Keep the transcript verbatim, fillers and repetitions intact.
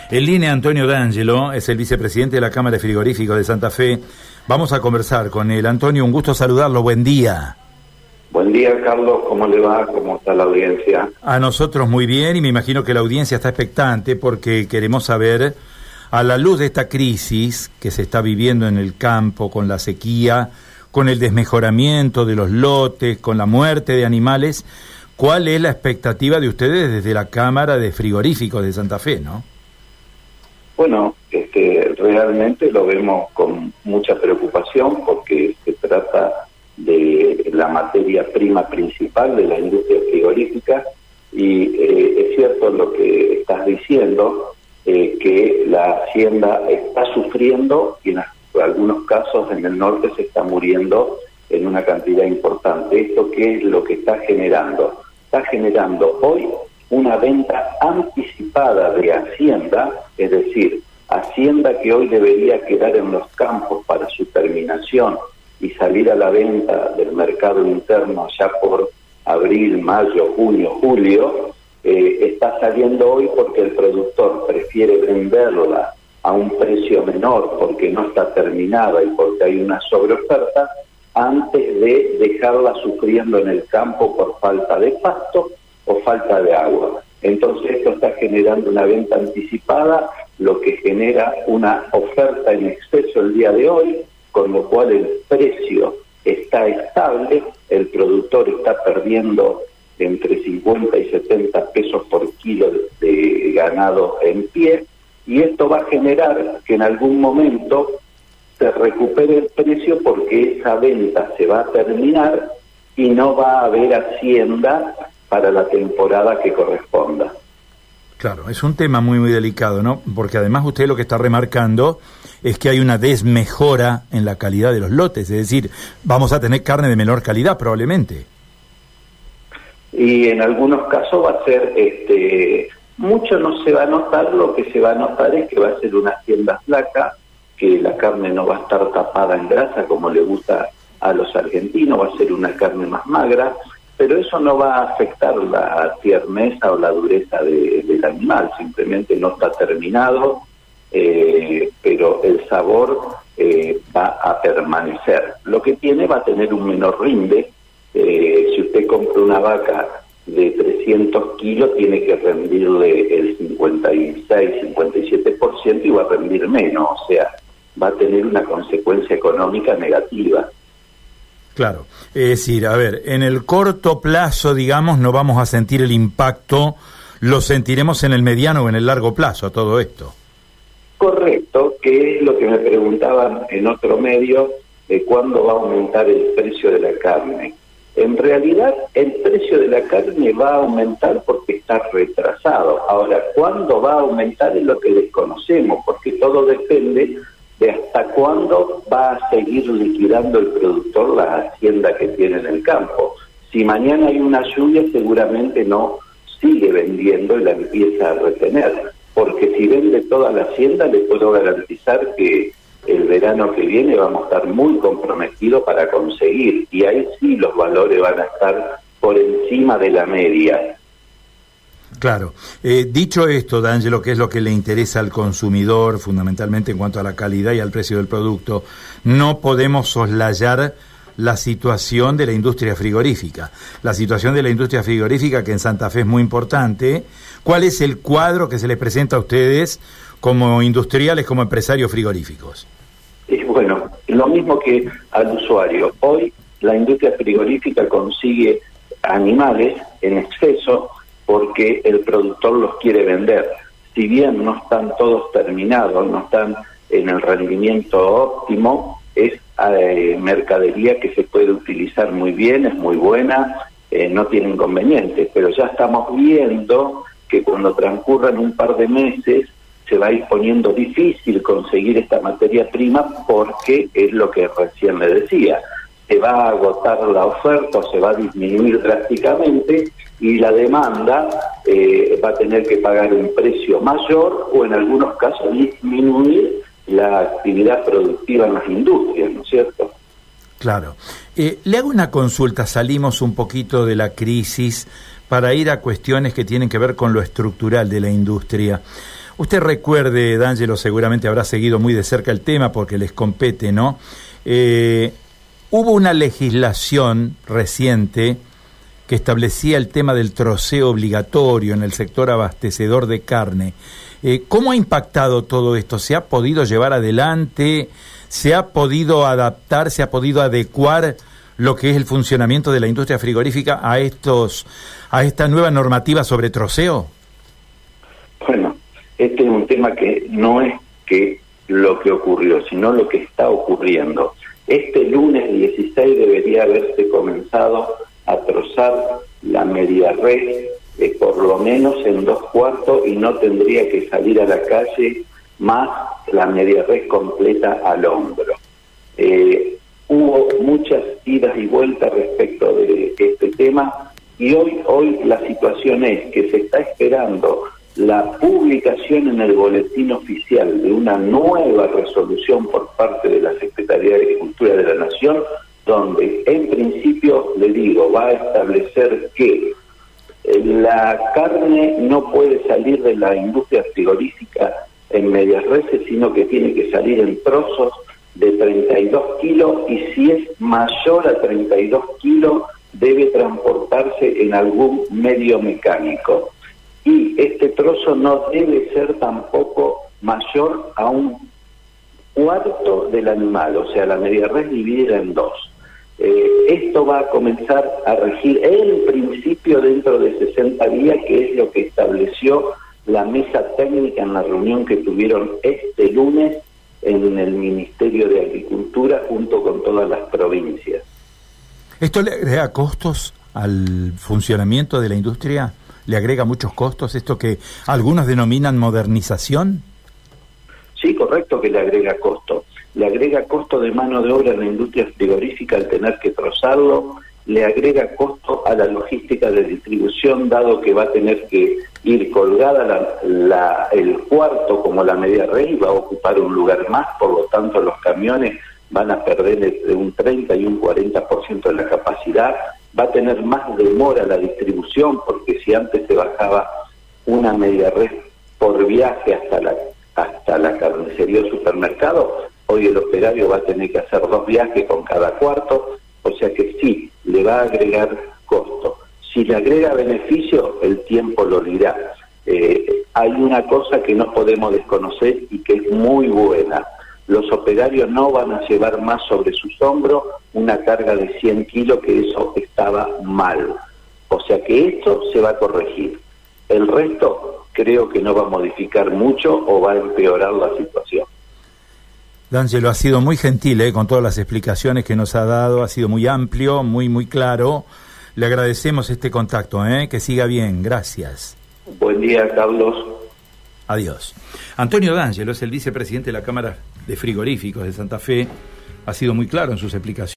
En línea Antonio D'Angelo, es el vicepresidente de la Cámara de Frigoríficos de Santa Fe. Vamos a conversar con él. Antonio, un gusto saludarlo, buen día. Buen día, Carlos, ¿cómo le va? ¿Cómo está la audiencia? A nosotros muy bien, y me imagino que la audiencia está expectante porque queremos saber, a la luz de esta crisis que se está viviendo en el campo, con la sequía, con el desmejoramiento de los lotes, con la muerte de animales, ¿cuál es la expectativa de ustedes desde la Cámara de Frigoríficos de Santa Fe, no? Bueno, este, realmente lo vemos con mucha preocupación porque se trata de la materia prima principal de la industria frigorífica y eh, es cierto lo que estás diciendo, eh, que la hacienda está sufriendo y en algunos casos en el norte se está muriendo en una cantidad importante. ¿Esto qué es lo que está generando? Está generando hoy una venta anticipada de hacienda, es decir, hacienda que hoy debería quedar en los campos para su terminación y salir a la venta del mercado interno ya por abril, mayo, junio, julio, eh, está saliendo hoy porque el productor prefiere venderla a un precio menor porque no está terminada y porque hay una sobreoferta, antes de dejarla sufriendo en el campo por falta de pasto o falta de agua. Entonces esto está generando una venta anticipada, lo que genera una oferta en exceso el día de hoy, con lo cual el precio está estable, el productor está perdiendo entre cincuenta y setenta pesos por kilo de ganado en pie, y esto va a generar que en algún momento se recupere el precio porque esa venta se va a terminar y no va a haber hacienda para la temporada que corresponda. Claro, es un tema muy muy delicado, ¿no? Porque además usted lo que está remarcando es que hay una desmejora en la calidad de los lotes, es decir, vamos a tener carne de menor calidad probablemente. Y en algunos casos va a ser, este, mucho no se va a notar, lo que se va a notar es que va a ser una hacienda flaca, que la carne no va a estar tapada en grasa como le gusta a los argentinos, va a ser una carne más magra, pero eso no va a afectar la tierneza o la dureza de, del animal, simplemente no está terminado, eh, pero el sabor eh, va a permanecer. Lo que tiene va a tener un menor rinde. Eh, si usted compra una vaca de trescientos kilos, tiene que rendirle el cincuenta y seis, cincuenta y siete por ciento y va a rendir menos, o sea, va a tener una consecuencia económica negativa. Claro, es decir, a ver, en el corto plazo, digamos, no vamos a sentir el impacto, lo sentiremos en el mediano o en el largo plazo, todo esto. Correcto, que es lo que me preguntaban en otro medio, de cuándo va a aumentar el precio de la carne. En realidad, el precio de la carne va a aumentar porque está retrasado. Ahora, ¿cuándo va a aumentar? Es lo que desconocemos, porque todo depende de hasta cuándo va a seguir liquidando el productor la hacienda que tiene en el campo. Si mañana hay una lluvia, seguramente no sigue vendiendo y la empieza a retener, porque si vende toda la hacienda, le puedo garantizar que el verano que viene vamos a estar muy comprometidos para conseguir, y ahí sí los valores van a estar por encima de la media. Claro. Eh, dicho esto, D'Angelo, que es lo que le interesa al consumidor, fundamentalmente en cuanto a la calidad y al precio del producto, no podemos soslayar la situación de la industria frigorífica. La situación de la industria frigorífica, que en Santa Fe es muy importante. ¿Cuál es el cuadro que se les presenta a ustedes como industriales, como empresarios frigoríficos? Y bueno, lo mismo que al usuario. Hoy la industria frigorífica consigue animales en exceso porque el productor los quiere vender. Si bien no están todos terminados, no están en el rendimiento óptimo, es eh, mercadería que se puede utilizar muy bien, es muy buena, eh, no tiene inconvenientes, pero ya estamos viendo que cuando transcurran un par de meses se va a ir poniendo difícil conseguir esta materia prima, porque es lo que recién le decía, se va a agotar la oferta o se va a disminuir drásticamente y la demanda eh, va a tener que pagar un precio mayor o en algunos casos disminuir la actividad productiva en las industrias, ¿no es cierto? Claro. Eh, le hago una consulta, salimos un poquito de la crisis para ir a cuestiones que tienen que ver con lo estructural de la industria. Usted recuerde, D'Angelo, seguramente habrá seguido muy de cerca el tema porque les compete, ¿no? Eh, hubo una legislación reciente que establecía el tema del troceo obligatorio en el sector abastecedor de carne. Eh, ¿Cómo ha impactado todo esto? ¿Se ha podido llevar adelante? ¿Se ha podido adaptar? ¿Se ha podido adecuar lo que es el funcionamiento de la industria frigorífica a estos, a esta nueva normativa sobre troceo? Bueno, este es un tema que no es que lo que ocurrió, sino lo que está ocurriendo. Este lunes dieciséis debería haberse comenzado a trozar la media res, eh, por lo menos en dos cuartos, y no tendría que salir a la calle más la media res completa al hombro. Eh, hubo muchas idas y vueltas respecto de este tema, y hoy, hoy la situación es que se está esperando la publicación en el boletín oficial de una nueva resolución por parte de la Secretaría de Agricultura de la Nación, donde en principio, le digo, va a establecer que la carne no puede salir de la industria frigorífica en medias reses, sino que tiene que salir en trozos de treinta y dos kilos, y si es mayor a treinta y dos kilos debe transportarse en algún medio mecánico. Y este trozo no debe ser tampoco mayor a un cuarto del animal, o sea, la media res dividida en dos. Eh, esto va a comenzar a regir en principio dentro de sesenta días, que es lo que estableció la mesa técnica en la reunión que tuvieron este lunes en el Ministerio de Agricultura junto con todas las provincias. ¿Esto le agrega costos al funcionamiento de la industria? ¿Le agrega muchos costos esto que algunos denominan modernización? Sí, correcto que le agrega costo. Le agrega costo de mano de obra en la industria frigorífica al tener que trozarlo, le agrega costo a la logística de distribución, dado que va a tener que ir colgada la, la, el cuarto como la media res, y va a ocupar un lugar más, por lo tanto los camiones van a perder entre un treinta y un cuarenta por ciento de la capacidad, va a tener más demora la distribución, porque si antes se bajaba una media res por viaje hasta la, hasta la carnicería o supermercado, hoy el operario va a tener que hacer dos viajes con cada cuarto, o sea que sí, le va a agregar costo. Si le agrega beneficio, el tiempo lo dirá. Eh, hay una cosa que no podemos desconocer y que es muy buena. Los operarios no van a llevar más sobre sus hombros una carga de cien kilos, que eso estaba mal. O sea que esto se va a corregir. El resto creo que no va a modificar mucho o va a empeorar la situación. D'Angelo, ha sido muy gentil eh, con todas las explicaciones que nos ha dado, ha sido muy amplio, muy, muy claro. Le agradecemos este contacto, eh, que siga bien, gracias. Buen día, Carlos. Adiós. Antonio D'Angelo es el vicepresidente de la Cámara de Frigoríficos de Santa Fe, ha sido muy claro en sus explicaciones.